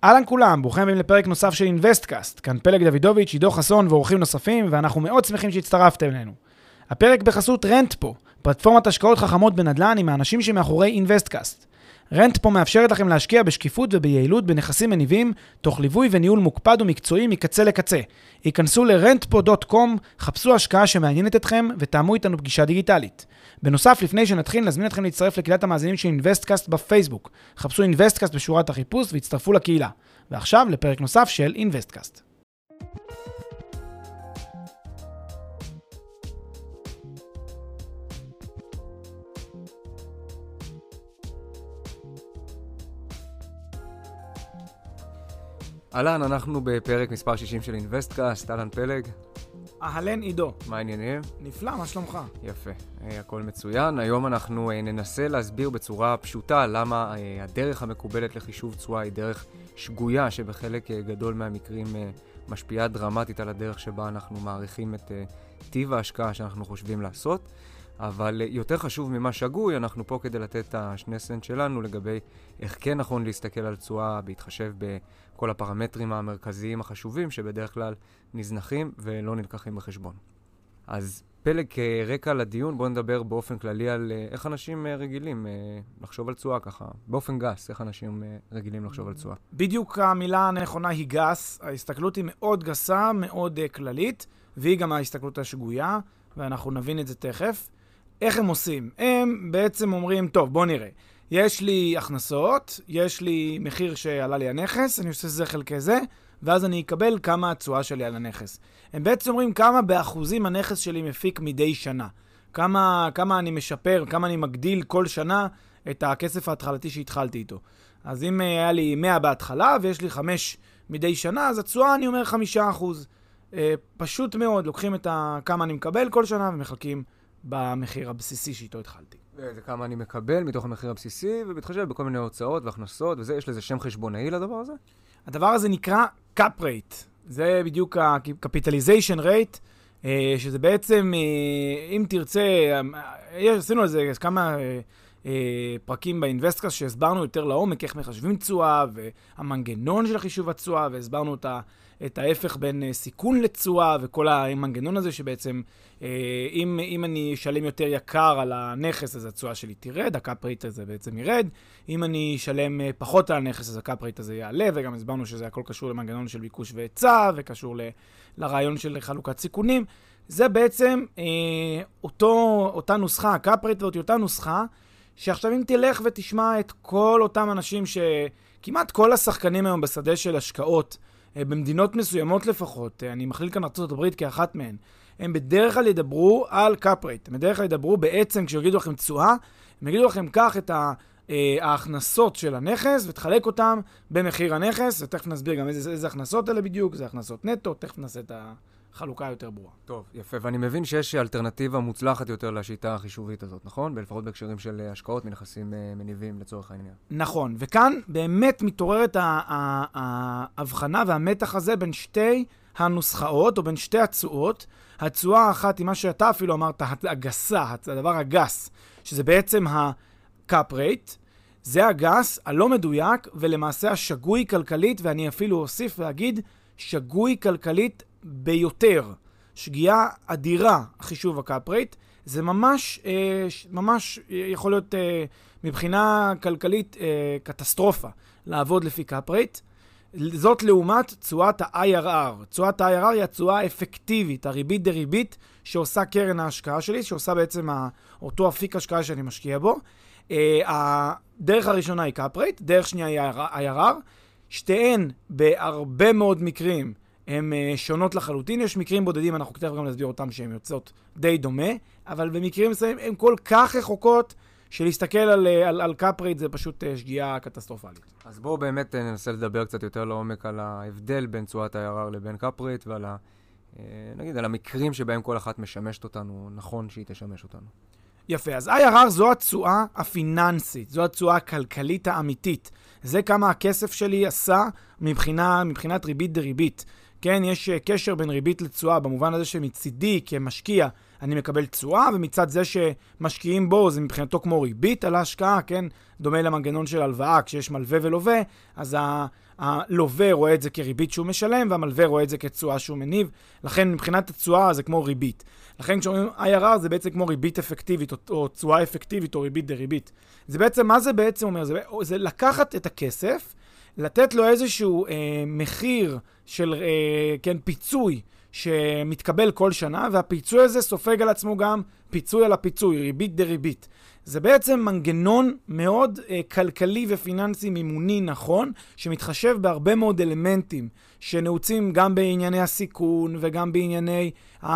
אהלן כולם, ברוכים הבאים לפרק נוסף של אינבסטקאסט. כאן פלג דוידוביץ', עידו חסון ואורחים נוספים, ואנחנו מאוד שמחים שהצטרפתם אלינו. הפרק בחסות רנטפו, פלטפורמת השקעות חכמות בנדל"ן עם האנשים שמאחורי אינבסטקאסט. רנטפו מאפשרת לכם להשקיע בשקיפות וביעילות בנכסים מניבים, תוך ליווי וניהול מוקפד ומקצועי מקצה לקצה. היכנסו ל-rentpo.com, חפשו השקעה שמעניינת אתכם ותאמו איתנו פגישה דיגיטלית. בנוסף, לפני שנתחיל, נזמין אתכם להצטרף לקהילת המאזינים של אינבסטקאסט בפייסבוק. חפשו אינבסטקאסט בשורת החיפוש והצטרפו לקהילה. ועכשיו לפרק נוסף של אינבסטקאסט. אהלן, אנחנו בפרק מספר 60 של אינבסטקאסט. אהלן פלג. אהלן עידו. מה העניינים? נפלא, מה שלומך? יפה, הכל מצוין. היום אנחנו ננסה להסביר בצורה פשוטה למה הדרך המקובלת לחישוב תשואה היא דרך שגויה, שבחלק גדול מהמקרים משפיעה דרמטית על הדרך שבה אנחנו מעריכים את טיב ההשקעה שאנחנו חושבים לעשות. אבל יותר חשוב ממה שגוי, אנחנו פה כדי לתת את השני סנט שלנו לגבי איך כן נכון להסתכל על תשואה בהתחשב בכל הפרמטרים המרכזיים החשובים שבדרך כלל נזנחים ולא נלקחים בחשבון. אז פלג כרקע לדיון, בואו נדבר באופן כללי על איך אנשים רגילים לחשוב על תשואה ככה, באופן גס, איך אנשים רגילים לחשוב על תשואה. בדיוק המילה הנכונה היא גס, ההסתכלות היא מאוד גסה, מאוד כללית, והיא גם ההסתכלות השגויה, ואנחנו נבין את זה תכף. איך הם עושים? הם בעצם אומרים, טוב, בוא נראה. יש לי הכנסות, יש לי מחיר שעלה לי הנכס, אני עושה זה חלקי זה, ואז אני אקבל כמה התשואה שלי על הנכס. הם בעצם אומרים כמה באחוזים הנכס שלי מפיק מדי שנה. כמה אני משפר, כמה אני מגדיל כל שנה את הכסף ההתחלתי שהתחלתי איתו. אז אם היה לי 100 בהתחלה ויש לי 5 מדי שנה, אז התשואה אני אומר 5%. פשוט מאוד, לוקחים את כמה אני מקבל כל שנה ומחלקים במחיר הבסיסי שאיתו התחלתי. זה כמה אני מקבל מתוך המחיר הבסיסי, ובתחשב בכל מיני הוצאות והכנסות, וזה, יש לזה שם חשבונאי לדבר הזה? הדבר הזה נקרא cap rate. זה בדיוק ה-capitalization rate, שזה בעצם, אם תרצה, עשינו על זה כמה פרקים באינבסטקאסט שהסברנו יותר לעומק איך מחשבים תשואה, והמנגנון של חישוב התשואה, והסברנו את ההפך בין סיכון לתשואה, וכל המנגנון הזה שבעצם, אם אני אשלם יותר יקר על הנכס, אז התשואה שלי תירד, הקאפ רייט הזה בעצם ירד. אם אני אשלם פחות על הנכס, אז הקאפ רייט הזה יעלה, וגם הסברנו שזה הכל קשור למנגנון של ביקוש והיצע, וקשור לרעיון של חלוקת סיכונים. זה בעצם אותה נוסחה, הקאפ רייט ואותה נוסחה, שעכשיו אם תלך ותשמע את כל אותם אנשים שכמעט כל השחקנים היום בשדה של השקעות, במדינות מסוימות לפחות, אני מכליל כאן ארצות הברית כאחת מהן, הם בדרך כלל ידברו על קאפ רייט. הם בדרך כלל ידברו בעצם, כשיגידו לכם תשואה, הם יגידו לכם קח את ההכנסות של הנכס ותחלק אותם במחיר הנכס, ותכף נסביר גם איזה הכנסות אלה בדיוק, זה הכנסות נטו, תכף נעשה את החלוקה יותר ברורה. טוב, יפה, ואני מבין שיש אלטרנטיבה מוצלחת יותר לשיטה החישובית הזאת, נכון? לפחות בהקשרים של השקעות מנכסים מניבים לצורך העניין. נכון, וכאן באמת מתעוררת ההבחנה והמתח הזה בין שתי הנוסחאות או בין שתי התשואות. התשואה האחת היא מה שאתה אפילו אמרת, הגסה, הדבר הגס, שזה בעצם ה-cap rate, זה הגס, הלא מדויק, ולמעשה השגוי כלכלית, ואני אפילו אוסיף ואגיד, שגוי כלכלית ביותר. שגיאה אדירה, החישוב ה-cap rate, זה ממש יכול להיות מבחינה כלכלית קטסטרופה, לעבוד לפי cap rate. זאת לעומת תשואת ה-IRR. תשואת ה-IRR היא התשואה האפקטיבית, הריבית דריבית שעושה קרן ההשקעה שלי, שעושה בעצם אותו אפיק השקעה שאני משקיע בו. הדרך הראשונה היא cap rate, דרך שנייה היא IRR. שתיהן בהרבה מאוד מקרים הן שונות לחלוטין. יש מקרים בודדים, אנחנו תכף גם להסביר אותם שהן יוצאות די דומה, אבל במקרים מסוימים הן כל כך רחוקות שלהסתכל על cap rate זה פשוט שגיאה קטסטרופלית. אז בואו באמת ננסה לדבר קצת יותר לעומק על ההבדל בין תשואת ה-IRR לבין cap rate ועל נגיד על המקרים שבהם כל אחת משמשת אותנו, נכון שהיא תשמש אותנו. יפה, אז IRR זו התשואה הפיננסית, זו התשואה הכלכלית האמיתית. זה כמה הכסף שלי עשה מבחינת ריבית דריבית. כן, יש קשר בין ריבית לתשואה, במובן הזה שמצידי כמשקיע, אני מקבל תשואה, ומצד זה שמשקיעים בו, זה מבחינתו כמו ריבית על ההשקעה, כן? דומה למנגנון של הלוואה, כשיש מלווה ולווה, אז הלווה רואה את זה כריבית שהוא משלם, והמלווה רואה את זה כתשואה שהוא מניב. לכן מבחינת התשואה זה כמו ריבית. לכן כשאומרים IRR זה בעצם כמו ריבית אפקטיבית, או תשואה אפקטיבית, או ריבית דריבית. זה בעצם, מה זה בעצם אומר? זה לקחת את הכסף, לתת לו איזשהו מחיר של כן, פיצוי שמתקבל כל שנה, והפיצוי הזה סופג על עצמו גם פיצוי על הפיצוי, ריבית דריבית. זה בעצם מנגנון מאוד כלכלי ופיננסי מימוני נכון, שמתחשב בהרבה מאוד אלמנטים שנעוצים גם בענייני הסיכון וגם בענייני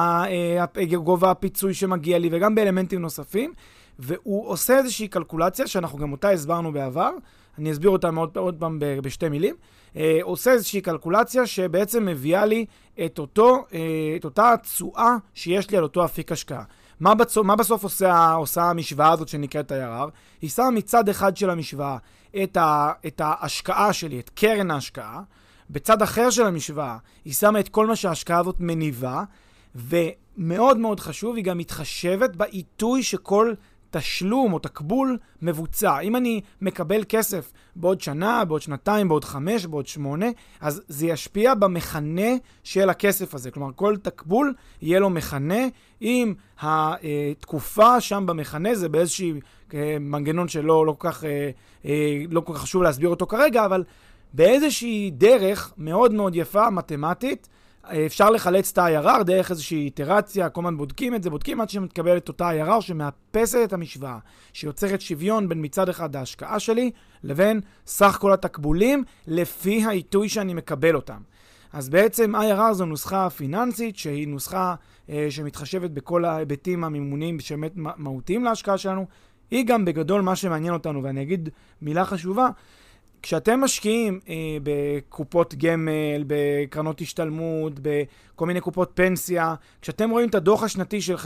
גובה הפיצוי שמגיע לי וגם באלמנטים נוספים, והוא עושה איזושהי קלקולציה שאנחנו גם אותה הסברנו בעבר, אני אסביר אותה עוד פעם בשתי מילים, עושה איזושהי קלקולציה שבעצם מביאה לי את אותה תשואה שיש לי על אותו אפיק השקעה. מה בסוף עושה המשוואה הזאת שנקראת IRR? היא שמה מצד אחד של המשוואה את ההשקעה שלי, את קרן ההשקעה, בצד אחר של המשוואה היא שמה את כל מה שההשקעה הזאת מניבה, ומאוד מאוד חשוב, היא גם מתחשבת בעיתוי שכל תשלום או תקבול מבוצע. אם אני מקבל כסף בעוד שנה, בעוד שנתיים, בעוד 5, בעוד 8, אז זה ישפיע במכנה של הכסף הזה. כלומר, כל תקבול יהיה לו מכנה, אם התקופה שם במכנה זה באיזושהי מנגנון שלא כל כך חשוב להסביר אותו כרגע, אבל באיזושהי דרך מאוד מאוד יפה, מתמטית, אפשר לחלץ את ה-IRR דרך איזושהי איטרציה, כל הזמן בודקים את זה, בודקים עד שמתקבל את אותה IRR שמאפסת את המשוואה, שיוצרת שוויון בין מצד אחד ההשקעה שלי, לבין סך כל התקבולים, לפי העיתוי שאני מקבל אותם. אז בעצם IRR זו נוסחה פיננסית, שהיא נוסחה שמתחשבת בכל ההיבטים המימוניים שבאמת מהותיים להשקעה שלנו, היא גם בגדול מה שמעניין אותנו, ואני אגיד מילה חשובה, כשאתם משקיעים בקופות גמל, בקרנות השתלמות, בכל מיני קופות פנסיה, כשאתם רואים את הדוח השנתי של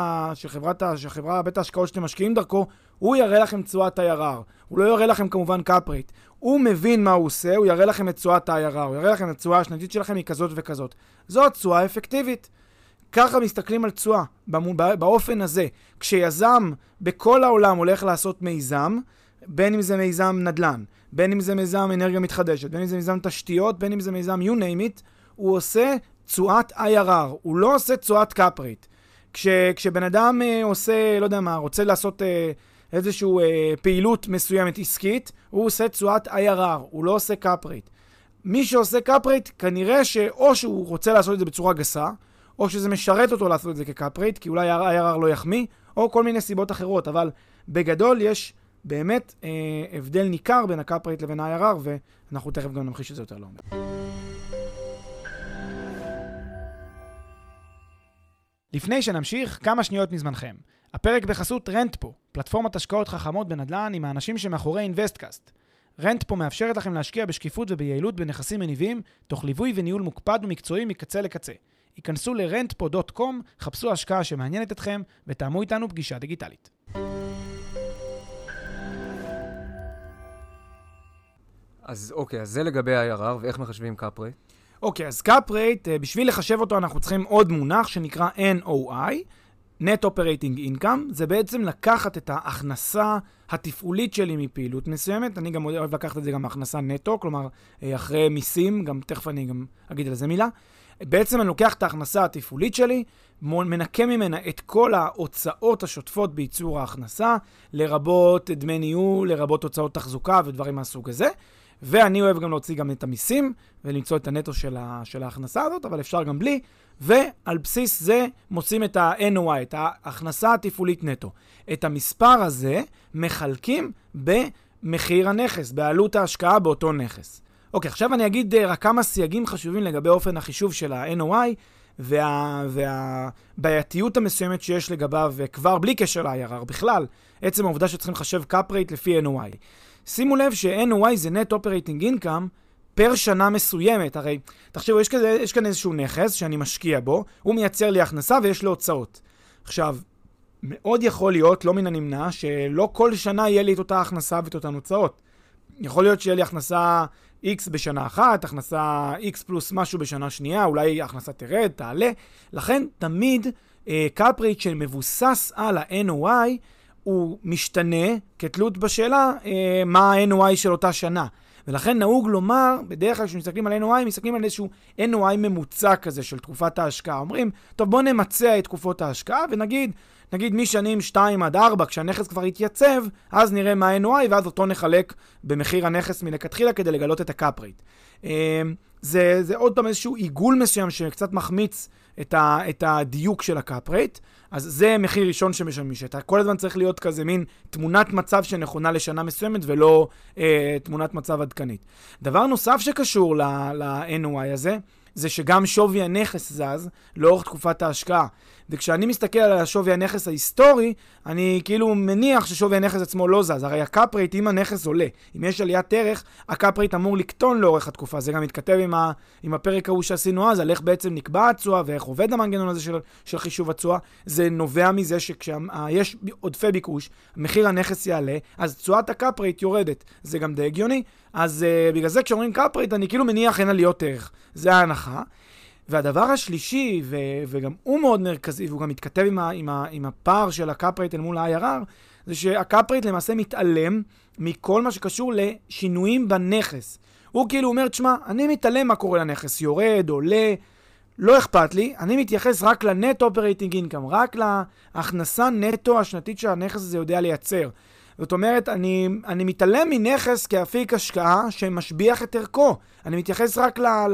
בית ההשקעות שאתם משקיעים דרכו, הוא יראה לכם תשואת IRR. הוא לא יראה לכם כמובן קאפ-רייט. הוא מבין מה הוא עושה, הוא יראה לכם את תשואת IRR, הוא יראה לכם את התשואה השנתית שלכם היא כזאת וכזאת. זו תשואה אפקטיבית. ככה מסתכלים על תשואה, באופן הזה. כשיזם בכל העולם הולך לעשות מיזם, בין אם זה מיזם נדל"ן, בין אם זה מיזם אנרגיה מתחדשת, בין אם זה מיזם תשתיות, בין אם זה מיזם you name it, הוא עושה תשואת IRR, הוא לא עושה תשואת קאפ-רייט. כשבן אדם עושה, לא יודע מה, רוצה לעשות איזושהי פעילות מסוימת עסקית, הוא עושה תשואת IRR, הוא לא עושה קאפ-רייט. מי שעושה קאפ-רייט, כנראה שאו שהוא רוצה לעשות את זה בצורה גסה, או שזה משרת אותו לעשות את זה כקאפ-רייט, כי אולי IRR לא יחמיא, או כל מיני סיבות אחרות, אבל בגדול יש באמת הבדל ניכר בין הקאפ-רייט לבין ה-IRR, ואנחנו תכף גם נמחיש את זה יותר לעומק. לפני שנמשיך, כמה שניות מזמנכם. הפרק בחסות רנטפו, פלטפורמת השקעות חכמות בנדל"ן עם האנשים שמאחורי אינבסטקאסט. רנטפו מאפשרת לכם להשקיע בשקיפות וביעילות בנכסים מניבים, תוך ליווי וניהול מוקפד ומקצועי מקצה לקצה. היכנסו ל-rentpo.com, חפשו השקעה שמעניינת אתכם, ותאמו איתנו פגישה דיגיטלית. אז אוקיי, אז זה לגבי IRR, ואיך מחשבים קאפ-רייט? אוקיי, אז קאפ-רייט, בשביל לחשב אותו אנחנו צריכים עוד מונח שנקרא NOI, Net Operating Income, זה בעצם לקחת את ההכנסה התפעולית שלי מפעילות מסוימת, אני גם אוהב לקחת את זה גם הכנסה נטו, כלומר אחרי מיסים, גם תכף אני גם אגיד על זה מילה, בעצם אני לוקח את ההכנסה התפעולית שלי, מנקה ממנה את כל ההוצאות השוטפות בייצור ההכנסה, לרבות דמי ניהול, לרבות הוצאות תחזוקה ודברים מהסוג הזה, ואני אוהב גם להוציא גם את המיסים, ולמצוא את הנטו של ההכנסה הזאת, אבל אפשר גם בלי, ועל בסיס זה מוצאים את ה-NOI, את ההכנסה התפעולית נטו. את המספר הזה מחלקים במחיר הנכס, בעלות ההשקעה באותו נכס. אוקיי, עכשיו אני אגיד רק כמה סייגים חשובים לגבי אופן החישוב של ה-NOI, והבעייתיות המסוימת שיש לגביו, כבר בלי קשר ל-IRR בכלל, עצם העובדה שצריכים לחשב קאפ-רייט לפי NOI. שימו לב ש-NOI זה Net Operating Income פר שנה מסוימת. הרי, תחשבו, יש כאן איזשהו נכס שאני משקיע בו, הוא מייצר לי הכנסה ויש לו הוצאות. עכשיו, מאוד יכול להיות, לא מן הנמנע, שלא כל שנה יהיה לי את אותה הכנסה ואת אותן הוצאות. יכול להיות שיהיה לי הכנסה X בשנה אחת, הכנסה X פלוס משהו בשנה שנייה, אולי הכנסה תרד, תעלה. לכן תמיד קאפ רייט שמבוסס על ה-NOI הוא משתנה כתלות בשאלה מה ה-NOI של אותה שנה. ולכן נהוג לומר, בדרך כלל כשמסתכלים על NOI, מסתכלים על איזשהו NOI ממוצע כזה של תקופת ההשקעה. אומרים, טוב בוא נמצע את תקופות ההשקעה ונגיד משנים 2 עד 4, כשהנכס כבר יתייצב, אז נראה מה ה-NOI ואז אותו נחלק במחיר הנכס מלכתחילה כדי לגלות את הקאפ רייט. זה עוד פעם איזשהו עיגול מסוים שקצת מחמיץ את הדיוק של הקאפ רייט. אז זה מחיר ראשון שמשלמים, שאתה כל הזמן צריך להיות כזה מין תמונת מצב שנכונה לשנה מסוימת ולא תמונת מצב עדכנית. דבר נוסף שקשור ל-NOI הזה, זה שגם שווי הנכס זז לאורך תקופת ההשקעה. וכשאני מסתכל על שווי הנכס ההיסטורי, אני כאילו מניח ששווי הנכס עצמו לא זז. הרי הקאפ רייט, אם הנכס עולה, אם יש עליית ערך, הקאפ רייט אמור לקטון לאורך התקופה. זה גם מתכתב עם הפרק ההוא שעשינו אז, על איך בעצם נקבע התשואה ואיך עובד המנגנון הזה של חישוב התשואה. זה נובע מזה שכשיש עודפי ביקוש, מחיר הנכס יעלה, אז תשואת הקאפ רייט יורדת. זה גם די הגיוני. אז בגלל זה כשאומרים קאפ רייט, אני כאילו מניח אין עליות ערך. זה ההנחה. והדבר השלישי, וגם הוא מאוד מרכזי, והוא גם מתכתב עם הפער של הקאפ רייט אל מול ה-IRR, זה שהקאפ רייט למעשה מתעלם מכל מה שקשור לשינויים בנכס. הוא כאילו אומר, תשמע, אני מתעלם מה קורה לנכס, יורד, עולה, לא אכפת לי, אני מתייחס רק לנט אופרייטינג אינקאם, רק להכנסה נטו השנתית שהנכס הזה יודע לייצר. זאת אומרת, אני מתעלם מנכס כאפיק השקעה שמשביח את ערכו. אני מתייחס רק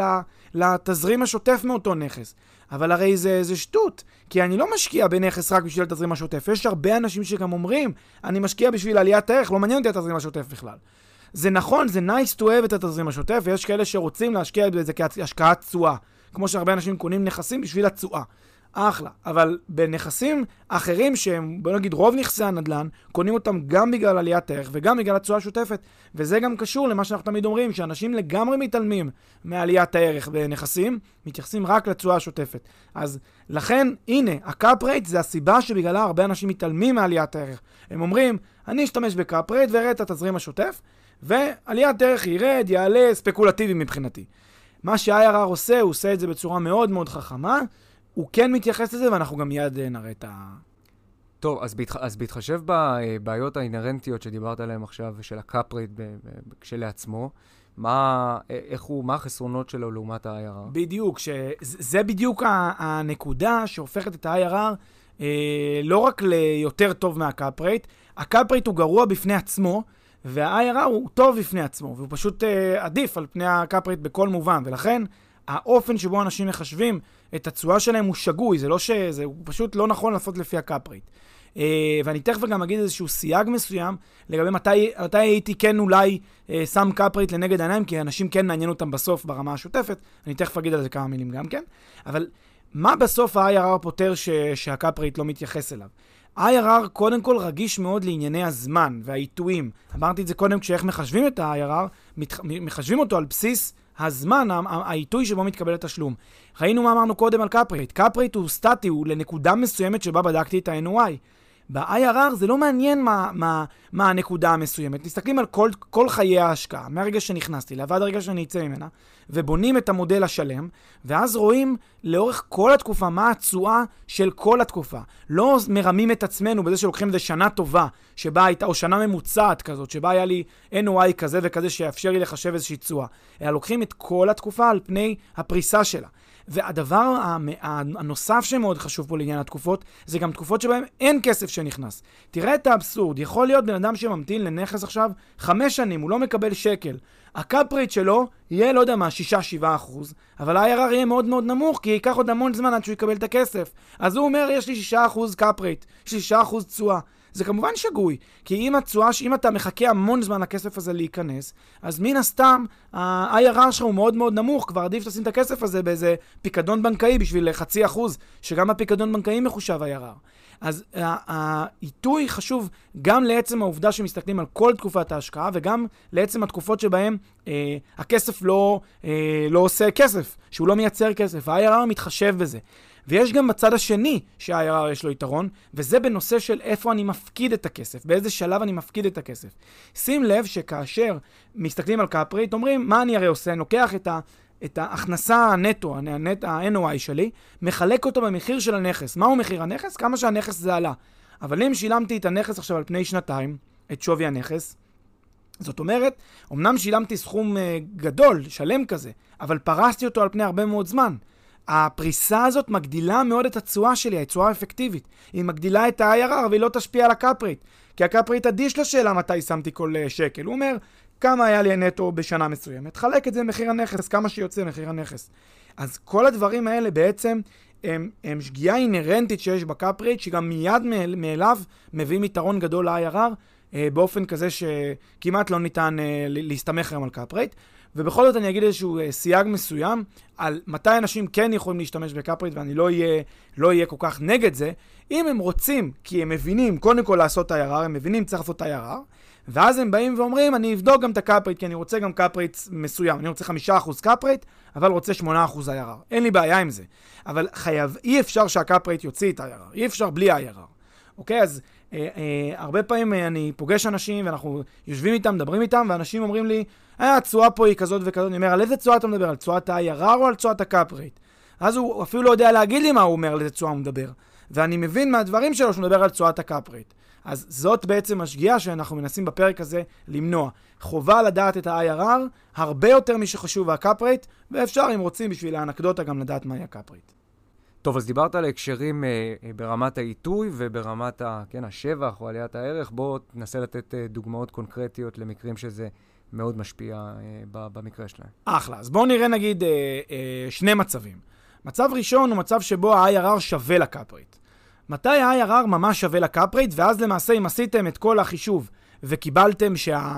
לתזרים השוטף מאותו נכס. אבל הרי זה שטות, כי אני לא משקיע בנכס רק בשביל התזרים השוטף. יש הרבה אנשים שגם אומרים, אני משקיע בשביל עליית הערך, לא מעניין אותי התזרים השוטף בכלל. זה נכון, זה nice to have את התזרים השוטף, ויש כאלה שרוצים להשקיע בזה כהשקעת תשואה. כמו שהרבה אנשים קונים נכסים בשביל התשואה. אחלה, אבל בנכסים אחרים שהם, בוא נגיד, רוב נכסי הנדל"ן, קונים אותם גם בגלל עליית ערך וגם בגלל התשואה השוטפת, וזה גם קשור למה שאנחנו תמיד אומרים, שאנשים לגמרי מתעלמים מעליית הערך בנכסים, מתייחסים רק לתשואה השוטפת. אז לכן, הנה, הקאפ רייט זה הסיבה שבגללה הרבה אנשים מתעלמים מעליית הערך. הם אומרים, אני אשתמש בקאפ רייט ואראה את התזרים השוטף, ועליית ערך ירד, יעלה, ספקולטיבי מבחינתי. מה שה-IRR עושה, הוא עושה את זה בצורה מאוד מאוד חכמה, הוא כן מתייחס לזה, ואנחנו גם מיד נראה את טוב, אז בהתחשב בבעיות האינרנטיות שדיברת עליהן עכשיו, של הקאפ רייט כשלעצמו, מה החסרונות שלו לעומת ה-IRR? בדיוק, זה בדיוק הנקודה שהופכת את ה-IRR לא רק ליותר טוב מהקאפ רייט, הקאפ רייט הוא גרוע בפני עצמו, וה-IRR הוא טוב בפני עצמו, והוא פשוט עדיף על פני הקאפ רייט בכל מובן, ולכן האופן שבו אנשים מחשבים את התשואה שלהם הוא שגוי, הוא פשוט לא נכון לעשות לפי הקאפ רייט. ואני תכף גם אגיד איזשהו סייג מסוים, לגבי מתי הייתי כן אולי שם קאפ רייט לנגד העיניים, כי אנשים כן מעניין אותם בסוף ברמה השוטפת, אני תכף אגיד על זה כמה מילים גם כן, אבל מה בסוף ה-IRR פותר שהקאפ רייט לא מתייחס אליו? ה-IRR קודם כל רגיש מאוד לענייני הזמן והעיתויים. אמרתי את זה קודם, כשאיך מחשבים את ה-IRR, מחשבים אותו על בסיס הזמן, העיתוי שבו מתקבל התשלום. ראינו מה אמרנו קודם על קאפ רייט. קאפ רייט הוא סטטי, הוא לנקודה מסוימת שבה בדקתי את ה-NOI. ב-IRR זה לא מעניין מה הנקודה המסוימת. מסתכלים על כל חיי ההשקעה, מהרגע שנכנסתי לה ועד הרגע שאני אצא ממנה, ובונים את המודל השלם, ואז רואים לאורך כל התקופה מה התשואה של כל התקופה. לא מרמים את עצמנו בזה שלוקחים איזה שנה טובה, שבה הייתה, או שנה ממוצעת כזאת, שבה היה לי NOI כזה וכזה שיאפשר לי לחשב איזושהי תשואה. אלא לוקחים את כל התקופה על פני הפריסה שלה. והדבר הנוסף שמאוד חשוב פה לעניין התקופות, זה גם תקופות שבהן אין כסף שנכנס. תראה את האבסורד, יכול להיות בן אדם שממתין לנכס עכשיו 5 שנים, הוא לא מקבל שקל. הקאפ רייט שלו יהיה, לא יודע מה, 6-7%, אבל ה-IRR יהיה מאוד מאוד נמוך, כי ייקח עוד המון זמן עד שהוא יקבל את הכסף. אז הוא אומר, יש לי 6% קאפ רייט, יש לי 6% תשואה. זה כמובן שגוי, כי אם אתה מחכה המון זמן לכסף הזה להיכנס, אז מן הסתם, ה-IRR שלך הוא מאוד מאוד נמוך, כבר עדיף שתשים את הכסף הזה באיזה פיקדון בנקאי בשביל 0.5%, שגם הפיקדון בנקאי מחושב IRR. אז העיתוי חשוב גם לעצם העובדה שמסתכלים על כל תקופת ההשקעה, וגם לעצם התקופות שבהן הכסף לא עושה כסף, שהוא לא מייצר כסף. ה-IRR מתחשב בזה. ויש גם בצד השני שה-IRR יש לו יתרון, וזה בנושא של איפה אני מפקיד את הכסף, באיזה שלב אני מפקיד את הכסף. שים לב שכאשר מסתכלים על קאפ רייט, אומרים, מה אני הרי עושה? אני לוקח את ההכנסה הנטו, ה-NOI שלי, מחלק אותו במחיר של הנכס. מהו מחיר הנכס? כמה שהנכס זה עלה. אבל אם שילמתי את הנכס עכשיו על פני שנתיים, את שווי הנכס, זאת אומרת, אמנם שילמתי סכום גדול, שלם כזה, אבל פרסתי אותו על פני הרבה מאוד זמן. הפריסה הזאת מגדילה מאוד את התשואה שלי, התשואה האפקטיבית. היא מגדילה את ה-IRR והיא לא תשפיע על הקאפ רייט. כי הקאפ רייט אדיש לשאלה מתי שמתי כל שקל. הוא אומר, כמה היה לי נטו בשנה מסוימת. חלק את זה מחיר הנכס, כמה שיוצא מחיר הנכס. אז כל הדברים האלה בעצם הם שגיאה אינרנטית שיש בקאפ רייט, שגם מיד מאליו מביאים יתרון גדול ל-IRR, באופן כזה שכמעט לא ניתן להסתמך היום על קאפ רייט. ובכל זאת אני אגיד איזשהו סייג מסוים על מתי אנשים כן יכולים להשתמש בקאפ רייט, ואני לא אהיה כל כך נגד זה. אם הם רוצים, כי הם מבינים קודם כל לעשות IRR, הם מבינים צריך לעשות IRR, ואז הם באים ואומרים, אני אבדוק גם את הקאפ רייט, כי אני רוצה גם קאפ רייט מסוים. אני רוצה 5% קאפ רייט, אבל רוצה 8% IRR. אין לי בעיה עם זה. אבל אי אפשר שהקאפ רייט יוציא את IRR. אי אפשר בלי IRR. אוקיי? אז הרבה פעמים אני פוגש אנשים, ואנחנו יושבים איתם, מדברים איתם, ואנשים אומרים לי, התשואה פה היא כזאת וכזאת. אני אומר, על איזה תשואה אתה מדבר? על תשואת ה-IRR או על תשואת הקאפ רייט? אז הוא אפילו לא יודע להגיד לי מה הוא אומר, על איזה תשואה הוא מדבר. ואני מבין מהדברים שלו שהוא מדבר על תשואת הקאפ רייט. אז זאת בעצם השגיאה שאנחנו מנסים בפרק הזה למנוע. חובה לדעת את ה-IRR, הרבה יותר משחשוב הקאפ רייט, ואפשר אם רוצים בשביל האנקדוטה גם לדעת מהי הקאפ רייט. טוב, אז דיברת על הקשרים ברמת העיתוי וברמת השבח או עליית הערך. בואו ננסה לתת דוגמאות קונקרטיות למקרים שזה מאוד משפיע במקרה שלהם. אחלה. אז בואו נראה נגיד שני מצבים. מצב ראשון הוא מצב שבו ה-IRR שווה לקאפ רייט. מתי ה-IRR ממש שווה לקאפ רייט? ואז למעשה אם עשיתם את כל החישוב וקיבלתם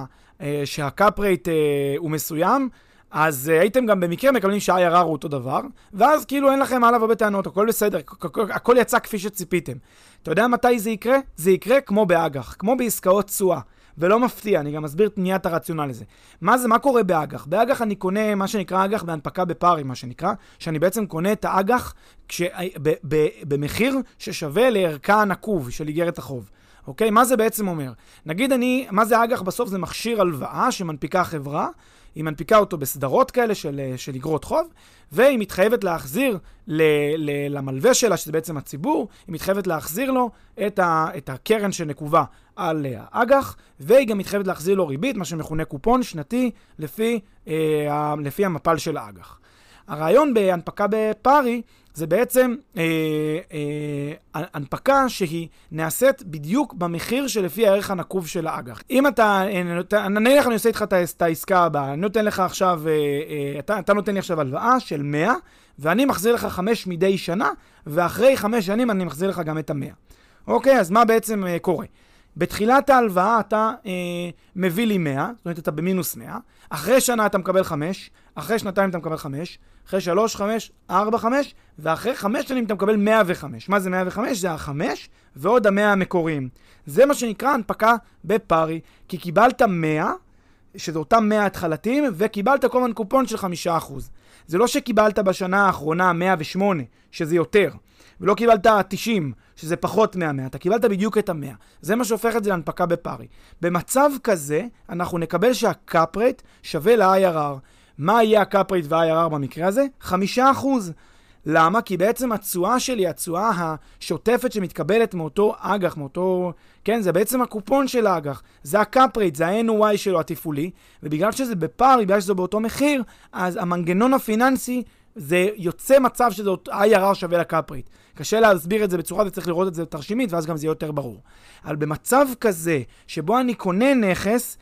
שהקאפ רייט הוא מסוים, אז הייתם גם במקרה מקבלים שה-IRR הוא אותו דבר, ואז כאילו אין לכם עליו הרבה טענות, הכל בסדר, הכל יצא כפי שציפיתם. אתה יודע מתי זה יקרה? זה יקרה כמו באג"ח, כמו בעסקאות תשואה, ולא מפתיע, אני גם מסביר תניית הרציונל לזה. מה קורה באג"ח? באג"ח אני קונה מה שנקרא אג"ח בהנפקה בפארי, מה שנקרא, שאני בעצם קונה את האג"ח במחיר ששווה לערכה הנקוב של איגרת החוב. אוקיי? מה זה בעצם אומר? נגיד מה זה אג"ח? בסוף זה מכשיר הלוואה שמנפיקה חברה, היא מנפיקה אותו בסדרות כאלה של אגרות חוב, והיא מתחייבת להחזיר למלווה שלה, שזה בעצם הציבור, היא מתחייבת להחזיר לו את הקרן שנקובה על האג"ח, והיא גם מתחייבת להחזיר לו ריבית, מה שמכונה קופון שנתי, לפי המפל של האג"ח. הרעיון בהנפקה בפארי זה בעצם הנפקה שהיא נעשית בדיוק במחיר שלפי הערך הנקוב של האג"ח. אם נניח אני עושה איתך את העסקה הבאה, אני נותן לך עכשיו, אתה נותן לי עכשיו הלוואה של 100, ואני מחזיר לך 5 מדי שנה, ואחרי 5 שנים אני מחזיר לך גם את 100. אוקיי, אז מה בעצם קורה? בתחילת ההלוואה אתה מביא לי 100, זאת אומרת אתה במינוס 100, אחרי שנה אתה מקבל 5, אחרי שנתיים אתה מקבל 5, אחרי 3, 5, 4, 5, ואחרי 5 שנים אתה מקבל 105. מה זה 105? זה ה-5 ועוד ה-100 המקוריים. זה מה שנקרא הנפקה בפארי, כי קיבלת 100, שזה אותם 100 התחלתיים, וקיבלת כל מיני קופון של 5%. זה לא שקיבלת בשנה האחרונה 108, שזה יותר, ולא קיבלת 90, שזה פחות מה-100, אתה קיבלת בדיוק את ה-100. זה מה שהופך את זה להנפקה בפארי. במצב כזה, אנחנו נקבל שהקאפ רייט שווה ל-IRR. מה יהיה הקאפ רייט וה-IRR במקרה הזה? 5%. למה? כי בעצם התשואה שלי, התשואה השוטפת שמתקבלת מאותו אג"ח, כן, זה בעצם הקופון של האג"ח. זה הקאפ רייט, זה ה-NOI שלו התפעולי, ובגלל שזה בפארי, בגלל שזה באותו מחיר, אז המנגנון הפיננסי, זה יוצא מצב שזה IRR שווה לקאפ רייט. קשה להסביר את זה בצורה, וצריך לראות את זה תרשימית, ואז גם זה יהיה יותר ברור. אבל במצב כזה, שבו אני קונה נכס,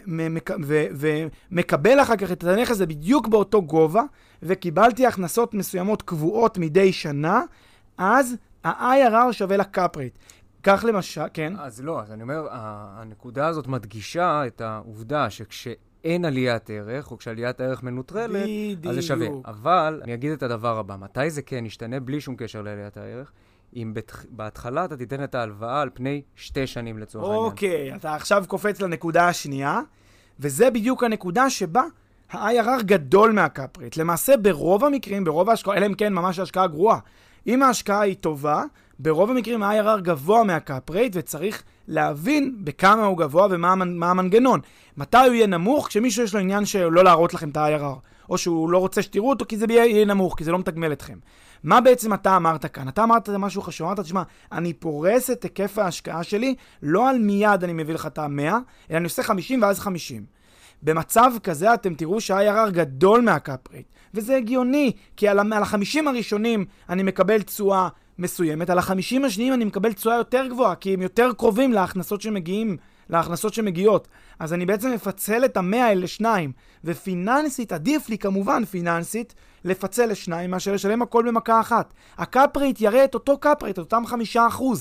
ומקבל אחר כך את הנכס, זה בדיוק באותו גובה, וקיבלתי הכנסות מסוימות קבועות מדי שנה, אז ה-IRR שווה לקאפ רייט. כך למשל, כן? אז לא, אז אני אומר, הנקודה הזאת מדגישה את העובדה שכשאין עליית ערך, או כשעליית הערך מנוטרלת, אז זה שווה. אבל אני אגיד את הדבר הבא, מתי זה כן ישתנה בלי שום קשר לעליית הערך? אם בהתחלה אתה תיתן את ההלוואה על פני 2 שנים לצורך העניין. אוקיי, אתה עכשיו קופץ לנקודה השנייה, וזה בדיוק הנקודה שבה ה-IRR גדול מהקאפ-רייט. למעשה ברוב המקרים, ברוב ההשקעה, אלא אם כן ממש ההשקעה גרועה, אם ההשקעה היא טובה, ברוב המקרים ה-IRR גבוה מהקאפ-רייט, וצריך להבין בכמה הוא גבוה ומה המנגנון. מתי הוא יהיה נמוך? כשמישהו יש לו עניין שלא להראות לכם את ה-IRR, או שהוא לא רוצה שתראו אותו כי זה יהיה נמוך, כי זה לא מתגמל אתכם. מה בעצם אתה אמרת כאן? אתה אמרת משהו חשוב, אמרת, תשמע, אני פורס את היקף ההשקעה שלי, לא על מיד אני מביא לך את ה-100, אלא אני עושה 50 ואז 50. במצב כזה אתם תראו שה-IRR גדול מהקאפ-רייט, וזה הגיוני, כי על ה-50 הראשונים אני מקבל תשואה מסוימת, על ה-50 השניים אני מקבל תשואה יותר גבוהה, כי הם יותר קרובים להכנסות שמגיעות. אז אני בעצם מפצל את ה-100 אל לשניים, ופיננסית, עדיף לי כמובן פיננסית, לפצל לשניים מאשר לשלם הכל במכה אחת. הקאפ-רייט יראה את אותו קאפ-רייט, את אותם 5%.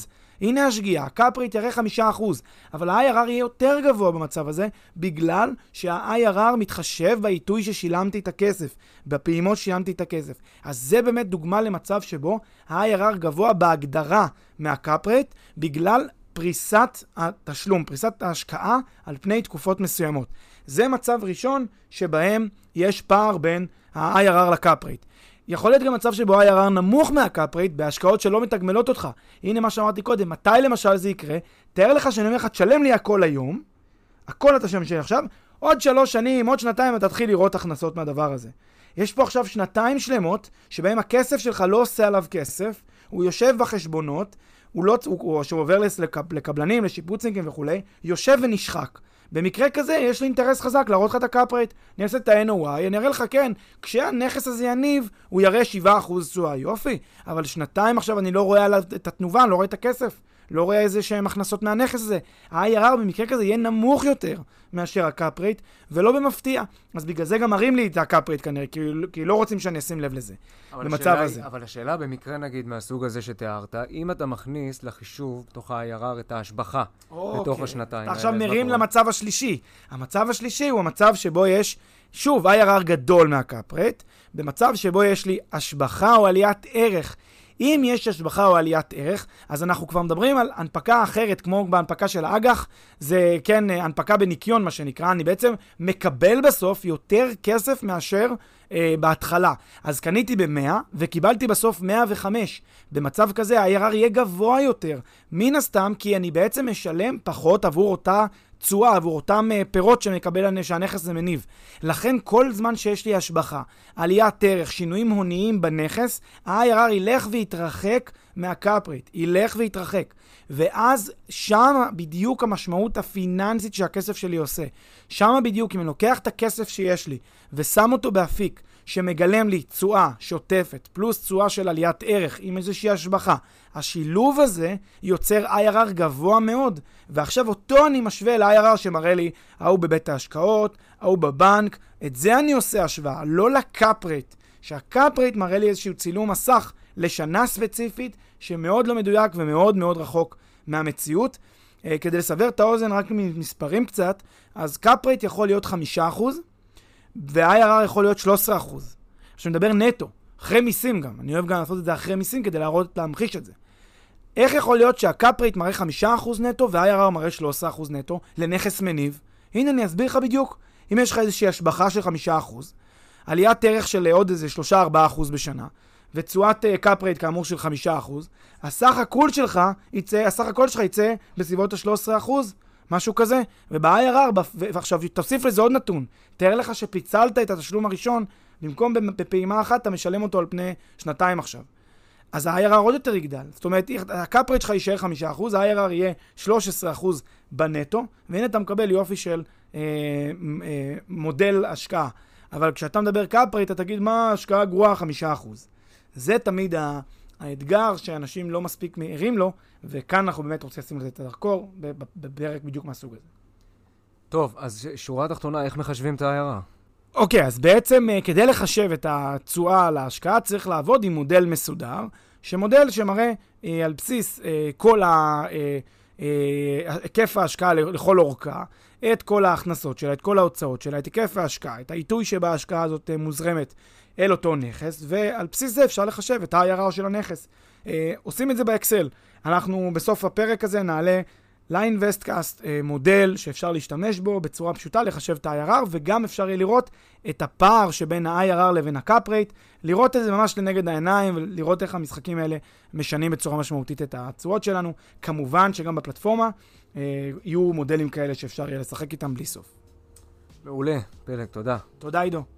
הנה השגיאה, הקאפ-רייט יראה 5%, אבל ה-IRR יהיה יותר גבוה במצב הזה, בגלל שה-IRR מתחשב בעיתוי ששילמתי את הכסף, בפעימות ששילמתי את הכסף. אז זה באמת דוגמה למצב שבו ה-IRR גבוה בהגדרה מהקאפ-רייט, בגלל פריסת התשלום, פריסת ההשקעה על פני תקופות מסוימות. זה מצב ראשון שבהם יש פער בין ה-IRR לקאפ-רייט. יכול להיות גם מצב שבו ה-IRR נמוך מהקאפ-רייט בהשקעות שלא מתגמלות אותך. הנה מה שאמרתי קודם, מתי למשל זה יקרה? תאר לך שאני אומר לך, תשלם לי הכל היום, הכל אתה שמשלם עכשיו, עוד 3 שנים, עוד 2 אתה תתחיל לראות הכנסות מהדבר הזה. יש פה עכשיו 2 שלמות, שבהם הכסף שלך לא עושה עליו כסף, הוא יושב בחשבונות, הוא שעובר לקבלנים, לשיפוצניקים וכו', יושב ונשחק. במקרה כזה יש לי אינטרס חזק להראות לך את הקאפ-רייט. אני אעשה את ה-NOI, אני אראה לך כן, כשהנכס הזה יניב, הוא יראה 7% תשואה, יופי. אבל 2 עכשיו אני לא רואה את התנובה, אני לא רואה את הכסף. לא רואה איזה שהם הכנסות מהנכס הזה. ה-IRR במקרה כזה יהיה נמוך יותר מאשר הקאפ-רייט, ולא במפתיע. אז בגלל זה גם מראים לי את הקאפ-רייט כנראה, כי לא רוצים שאני אשים לב לזה, במצב הזה. אבל השאלה במקרה נגיד מהסוג הזה שתיארת, אם אתה מכניס לחישוב בתוך ה-IRR את ההשבחה, בתוך השנתיים. עכשיו מרים למצב השלישי. המצב השלישי הוא המצב שבו יש, שוב, IRR גדול מהקאפ-רייט, במצב שבו יש לי השבחה או עליית ערך. אם יש השבחה או עליית ערך, אז אנחנו כבר מדברים על הנפקה אחרת, כמו בהנפקה של האג"ח, זה כן הנפקה בניקיון מה שנקרא, אני בעצם מקבל בסוף יותר כסף מאשר בהתחלה. אז קניתי ב-100 וקיבלתי בסוף 105. במצב כזה ה-IRR יהיה גבוה יותר, מן הסתם כי אני בעצם משלם פחות עבור אותה תשואה, עבור אותם פירות שמקבל שהנכס זה מניב. לכן כל זמן שיש לי השבחה, עליית ערך, שינויים הוניים בנכס, ה-IRR ילך ויתרחק מהקאפ-רייט, ילך ויתרחק. ואז שם בדיוק המשמעות הפיננסית שהכסף שלי עושה. שם בדיוק אם אני לוקח את הכסף שיש לי ושם אותו באפיק שמגלם לי תשואה שוטפת פלוס תשואה של עליית ערך עם איזושהי השבחה, השילוב הזה יוצר IRR גבוה מאוד, ועכשיו אותו אני משווה ל-IRR שמראה לי ההוא בבית ההשקעות, ההוא בבנק. את זה אני עושה השוואה, לא לקאפ-רייט, שהקאפ-רייט מראה לי איזשהו צילום מסך לשנה ספציפית שמאוד לא מדויק ומאוד מאוד רחוק מהמציאות. כדי לסבר את האוזן רק ממספרים קצת, אז קאפ-רייט יכול להיות 5% ו-IRR יכול להיות 13%. עכשיו נדבר נטו, אחרי מיסים גם. אני אוהב גם לעשות את זה אחרי מיסים כדי להמחיש את זה. איך יכול להיות שהקאפ-רייט מראה 5% נטו ו-IRR מראה 13% נטו לנכס מניב? הנה אני אסביר לך בדיוק. אם יש לך איזושהי השבחה של 5%, עליית ערך של עוד איזה 3-4% בשנה, ותשואת קאפ-רייט כאמור של 5%, הסך הכל שלך יצא בסביבות ה-13%, משהו כזה, וב-IRR, ועכשיו תוסיף לזה עוד נתון, תאר לך שפיצלת את התשלום הראשון, במקום בפעימה אחת אתה משלם אותו על פני 2 עכשיו. אז ה-IRR עוד יותר יגדל. זאת אומרת, הקאפ-רייט שלך יישאר 5%, ה-IRR יהיה 13% בנטו, והנה אתה מקבל יופי של מודל השקעה. אבל כשאתה מדבר קאפ-רייט, אתה תגיד מה השקעה גרועה 5%. זה תמיד האתגר שאנשים לא מספיק מעירים לו, וכאן אנחנו באמת רוצים לשים לזה את הדרכור, בפרק בדיוק מהסוג הזה. טוב, אז שורה תחתונה, איך מחשבים את ה-IRR? אוקיי, אז בעצם כדי לחשב את התשואה להשקעה, צריך לעבוד עם מודל מסודר, שמודל שמראה על בסיס כל היקף ההשקעה לכל אורכה, את כל ההכנסות שלה, את כל ההוצאות שלה, את היקף ההשקעה, את העיתוי שבה ההשקעה הזאת מוזרמת אל אותו נכס, ועל בסיס זה אפשר לחשב את ה-IRR של הנכס. עושים את זה באקסל. אנחנו בסוף הפרק הזה נעלה ל-InvestCast מודל שאפשר להשתמש בו בצורה פשוטה, לחשב את ה-IRR, וגם אפשר יהיה לראות את הפער שבין ה-IRR לבין ה-Cap Rate, לראות את זה ממש לנגד העיניים, ולראות איך המשחקים האלה משנים בצורה משמעותית את התשואות שלנו. כמובן שגם בפלטפורמה יהיו מודלים כאלה שאפשר יהיה לשחק איתם בלי סוף. מעולה, פלג, תודה. תודה עידו.